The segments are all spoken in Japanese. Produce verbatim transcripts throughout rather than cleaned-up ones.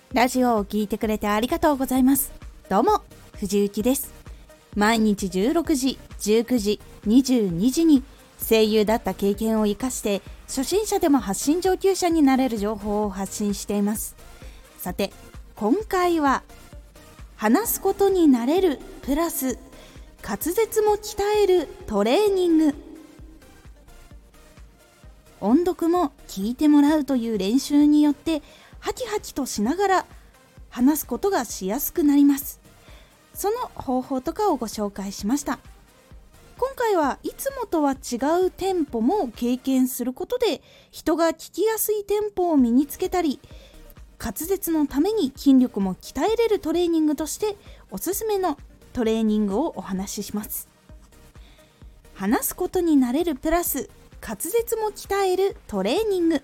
ラジオを聞いてくれてありがとうございます。どうも、藤幸です。毎日じゅうろくじ、じゅうくじ、にじゅうにじに声優だった経験を生かして初心者でも発信上級者になれる情報を発信しています。さて、今回は話すことになれるプラス滑舌も鍛えるトレーニング。音読も聞いてもらうという練習によってハキハキとしながら話すことがしやすくなります。その方法とかをご紹介しました。今回はいつもとは違うテンポも経験することで人が聞きやすいテンポを身につけたり、滑舌のために筋力も鍛えれるトレーニングとしておすすめのトレーニングをお話しします。話すことになれるプラス滑舌も鍛えるトレーニング。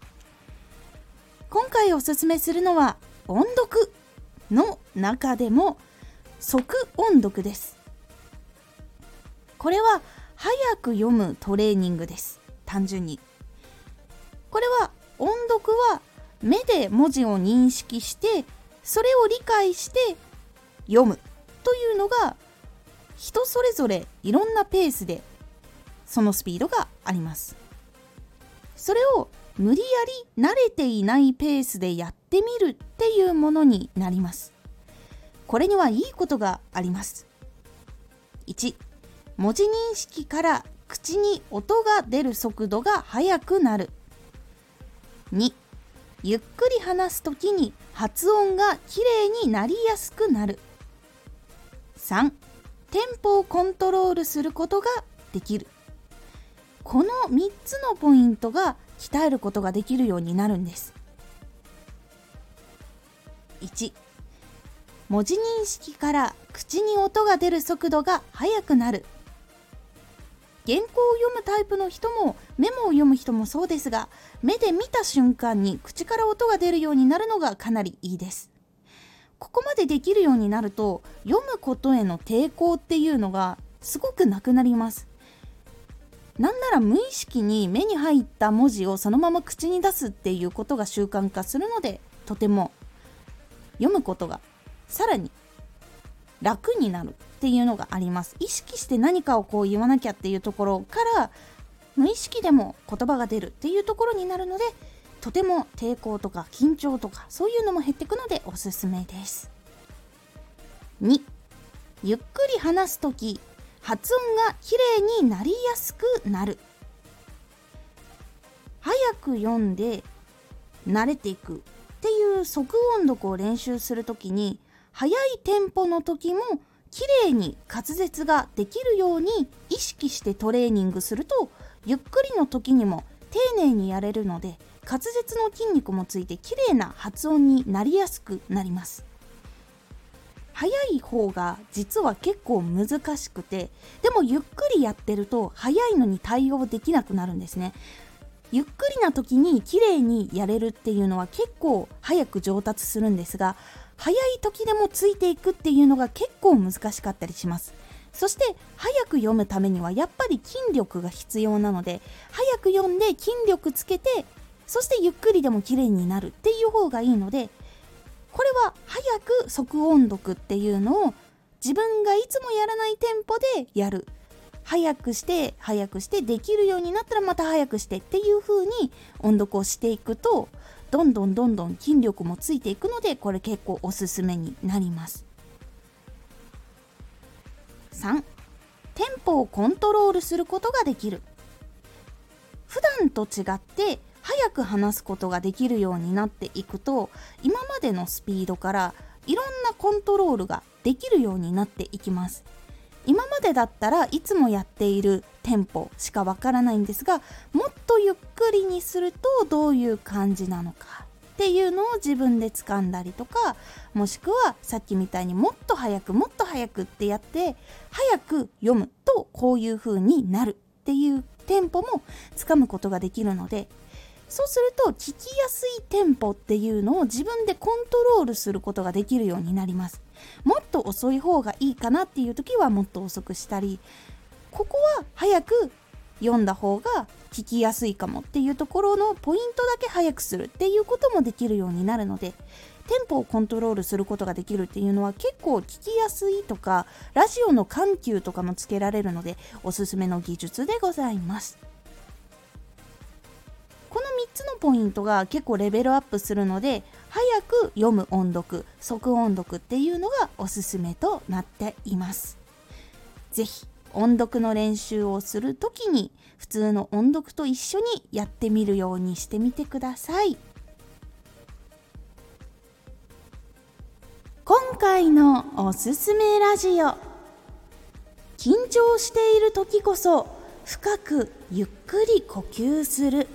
今回おすすめするのは音読の中でも速音読です。これは早く読むトレーニングです。単純にこれは音読は目で文字を認識してそれを理解して読むというのが人それぞれいろんなペースでそのスピードがあります。それを無理やり慣れていないペースでやってみるっていうものになります。これにはいいことがあります。いち、文字認識から口に音が出る速度が速くなる。に、ゆっくり話すときに発音がきれいになりやすくなる。さん、テンポをコントロールすることができる。このみっつのポイントが鍛えることができるようになるんです。いち、文字認識から口に音が出る速度が速くなる。原稿を読むタイプの人もメモを読む人もそうですが、目で見た瞬間に口から音が出るようになるのがかなりいいです。ここまでできるようになると読むことへの抵抗っていうのがすごくなくなります。なんなら無意識に目に入った文字をそのまま口に出すっていうことが習慣化するので、とても読むことがさらに楽になるっていうのがあります。意識して何かをこう言わなきゃっていうところから無意識でも言葉が出るっていうところになるので、とても抵抗とか緊張とかそういうのも減っていくのでおすすめです。に、ゆっくり話すとき発音がきれいになりやすくなる。早く読んで慣れていくっていう速音読を練習するときに、速いテンポの時もきれいに滑舌ができるように意識してトレーニングすると、ゆっくりの時にも丁寧にやれるので滑舌の筋肉もついてきれいな発音になりやすくなります。早い方が実は結構難しくて、でもゆっくりやってると早いのに対応できなくなるんですね。ゆっくりな時に綺麗にやれるっていうのは結構早く上達するんですが、早い時でもついていくっていうのが結構難しかったりします。そして早く読むためにはやっぱり筋力が必要なので、早く読んで筋力つけて、そしてゆっくりでも綺麗になるっていう方がいいので、これは早く速音読っていうのを自分がいつもやらないテンポでやる。早くして早くしてできるようになったらまた早くしてっていう風に音読をしていくと、どんどんどんどん筋力もついていくので、これ結構おすすめになります。さん、テンポをコントロールすることができる。普段と違って早く話すことができるようになっていくと、今までのスピードからいろんなコントロールができるようになっていきます。今までだったらいつもやっているテンポしかわからないんですが、もっとゆっくりにするとどういう感じなのかっていうのを自分で掴んだりとか、もしくはさっきみたいにもっと早くもっと早くってやって早く読むとこういう風になるっていうテンポも掴むことができるので、そうすると聞きやすいテンポっていうのを自分でコントロールすることができるようになります。もっと遅い方がいいかなっていう時はもっと遅くしたり、ここは早く読んだ方が聞きやすいかもっていうところのポイントだけ早くするっていうこともできるようになるので、テテンポをコントロールすることができるっていうのは結構聞きやすいとか、ラジオの緩急とかもつけられるのでおすすめの技術でございます。このみっつのポイントが結構レベルアップするので、早く読む音読、即音読っていうのがおすすめとなっています。ぜひ音読の練習をするときに普通の音読と一緒にやってみるようにしてみてください。今回のおすすめラジオ、緊張している時こそ深くゆっくり呼吸する。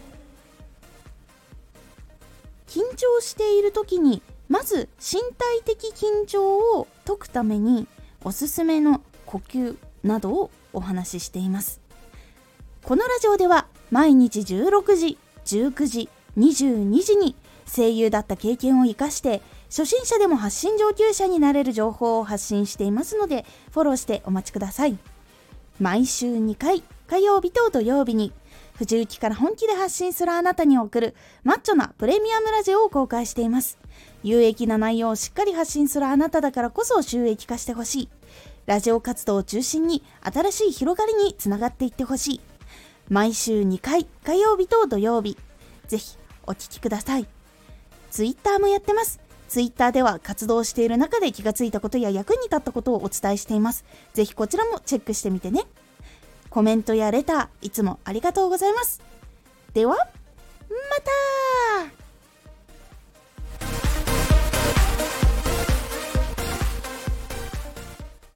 緊張している時にまず身体的緊張を解くためにおすすめの呼吸などをお話ししています。このラジオでは毎日じゅうろくじ、じゅうくじ、にじゅうにじに声優だった経験を生かして初心者でも発信上級者になれる情報を発信していますので、フォローしてお待ちください。毎週にかい、火曜日と土曜日に藤雪から本気で発信するあなたに送るマッチョなプレミアムラジオを公開しています。有益な内容をしっかり発信するあなただからこそ収益化してほしい。ラジオ活動を中心に新しい広がりにつながっていってほしい。毎週にかい、火曜日と土曜日、ぜひお聞きください。ツイッターもやってます。ツイッターでは活動している中で気がついたことや役に立ったことをお伝えしています。ぜひこちらもチェックしてみてね。コメントやレターいつもありがとうございます。ではまた。